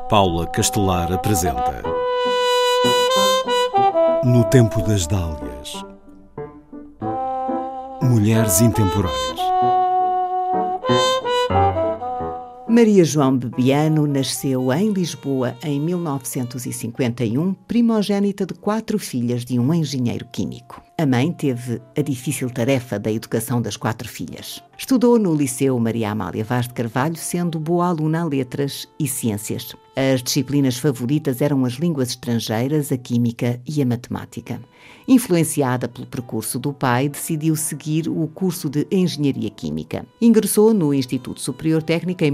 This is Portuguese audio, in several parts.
Paula Castelar apresenta No Tempo das Dálias. Mulheres intemporais. Maria João Bebiano nasceu em Lisboa em 1951, primogênita de 4 filhas de um engenheiro químico. A mãe teve a difícil tarefa da educação das 4 filhas. Estudou no Liceu Maria Amália Vaz de Carvalho, sendo boa aluna a letras e ciências. As disciplinas favoritas eram as línguas estrangeiras, a química e a matemática. Influenciada pelo percurso do pai, decidiu seguir o curso de Engenharia Química. Ingressou no Instituto Superior Técnico em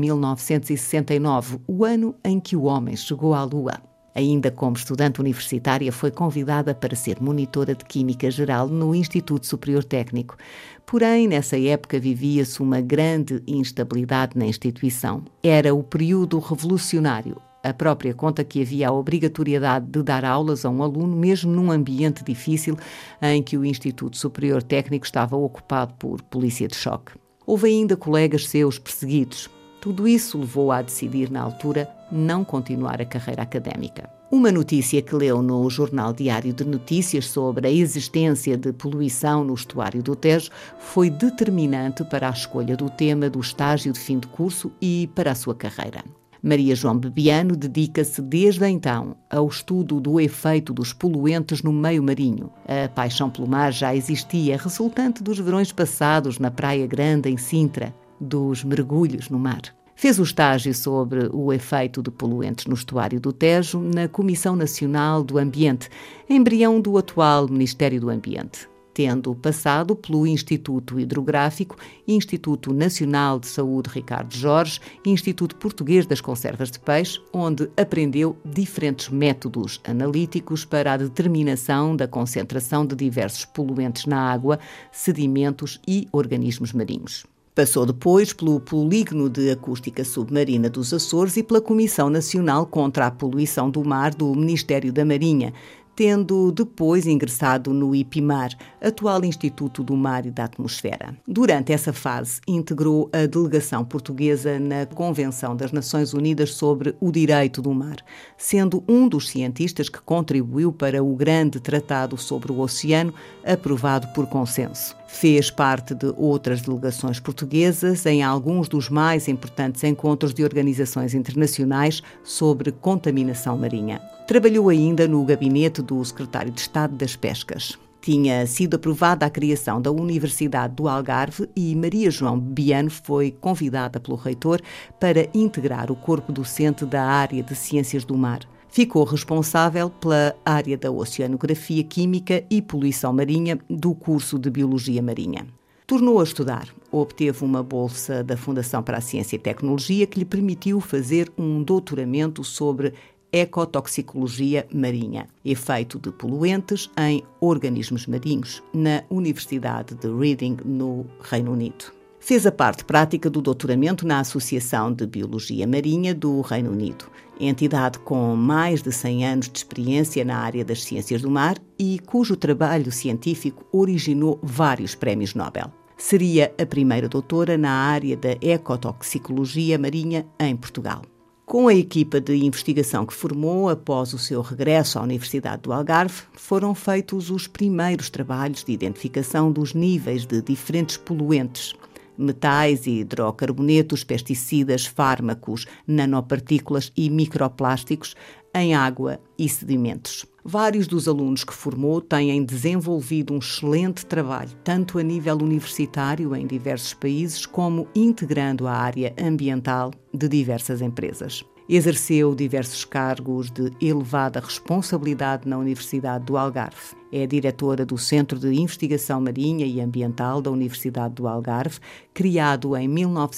1969, o ano em que o homem chegou à Lua. Ainda como estudante universitária, foi convidada para ser monitora de Química Geral no Instituto Superior Técnico. Porém, nessa época vivia-se uma grande instabilidade na instituição. Era o período revolucionário. A própria conta que havia a obrigatoriedade de dar aulas a um aluno, mesmo num ambiente difícil em que o Instituto Superior Técnico estava ocupado por polícia de choque. Houve ainda colegas seus perseguidos. Tudo isso levou-a a decidir, na altura, não continuar a carreira académica. Uma notícia que leu no Jornal Diário de Notícias sobre a existência de poluição no estuário do Tejo foi determinante para a escolha do tema do estágio de fim de curso e para a sua carreira. Maria João Bebiano dedica-se desde então ao estudo do efeito dos poluentes no meio marinho. A paixão pelo mar já existia, resultante dos verões passados na Praia Grande, em Sintra, dos mergulhos no mar. Fez o estágio sobre o efeito de poluentes no estuário do Tejo na Comissão Nacional do Ambiente, embrião do atual Ministério do Ambiente, tendo passado pelo Instituto Hidrográfico, Instituto Nacional de Saúde Ricardo Jorge e Instituto Português das Conservas de Peixe, onde aprendeu diferentes métodos analíticos para a determinação da concentração de diversos poluentes na água, sedimentos e organismos marinhos. Passou depois pelo Polígono de Acústica Submarina dos Açores e pela Comissão Nacional contra a Poluição do Mar do Ministério da Marinha, tendo depois ingressado no IPIMAR, atual Instituto do Mar e da Atmosfera. Durante essa fase, integrou a delegação portuguesa na Convenção das Nações Unidas sobre o Direito do Mar, sendo um dos cientistas que contribuiu para o grande tratado sobre o oceano, aprovado por consenso. Fez parte de outras delegações portuguesas em alguns dos mais importantes encontros de organizações internacionais sobre contaminação marinha. Trabalhou ainda no gabinete do secretário de Estado das Pescas. Tinha sido aprovada a criação da Universidade do Algarve e Maria João Bebiano foi convidada pelo reitor para integrar o corpo docente da área de Ciências do Mar. Ficou responsável pela área da Oceanografia Química e Poluição Marinha do curso de Biologia Marinha. Tornou a estudar. Obteve uma bolsa da Fundação para a Ciência e Tecnologia que lhe permitiu fazer um doutoramento sobre ecotoxicologia marinha, efeito de poluentes em organismos marinhos, na Universidade de Reading, no Reino Unido. Fez a parte prática do doutoramento na Associação de Biologia Marinha do Reino Unido, entidade com mais de 100 anos de experiência na área das ciências do mar e cujo trabalho científico originou vários prémios Nobel. Seria a primeira doutora na área da ecotoxicologia marinha em Portugal. Com a equipa de investigação que formou após o seu regresso à Universidade do Algarve, foram feitos os primeiros trabalhos de identificação dos níveis de diferentes poluentes, metais e hidrocarbonetos, pesticidas, fármacos, nanopartículas e microplásticos em água e sedimentos. Vários dos alunos que formou têm desenvolvido um excelente trabalho, tanto a nível universitário em diversos países, como integrando a área ambiental de diversas empresas. Exerceu diversos cargos de elevada responsabilidade na Universidade do Algarve. É diretora do Centro de Investigação Marinha e Ambiental da Universidade do Algarve, criado em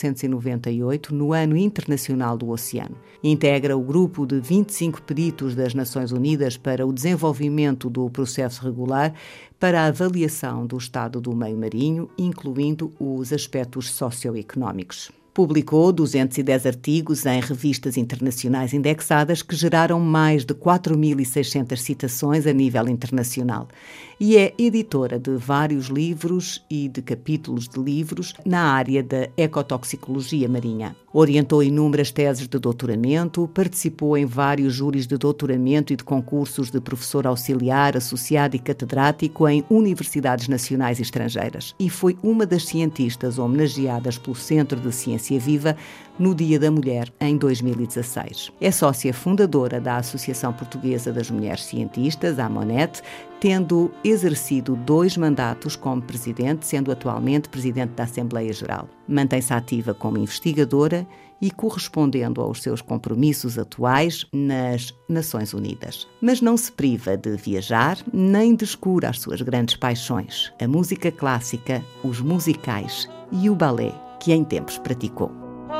1998, no Ano Internacional do Oceano. Integra o grupo de 25 peritos das Nações Unidas para o desenvolvimento do processo regular para a avaliação do estado do meio marinho, incluindo os aspectos socioeconómicos. Publicou 210 artigos em revistas internacionais indexadas que geraram mais de 4.600 citações a nível internacional e é editora de vários livros e de capítulos de livros na área da ecotoxicologia marinha. Orientou inúmeras teses de doutoramento, participou em vários júris de doutoramento e de concursos de professor auxiliar, associado e catedrático em universidades nacionais e estrangeiras e foi uma das cientistas homenageadas pelo Centro de Ciência Viva no Dia da Mulher, em 2016. É sócia fundadora da Associação Portuguesa das Mulheres Cientistas, a AMONET, tendo exercido 2 mandatos como presidente, sendo atualmente presidente da Assembleia Geral. Mantém-se ativa como investigadora e correspondendo aos seus compromissos atuais nas Nações Unidas. Mas não se priva de viajar, nem descura as suas grandes paixões, a música clássica, os musicais e o balé, que em tempos praticou.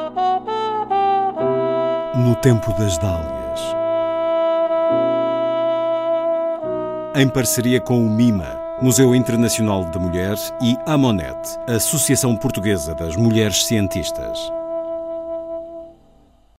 No Tempo das Dálias. Em parceria com o MIMA, Museu Internacional da Mulher, e AMONET, Associação Portuguesa das Mulheres Cientistas.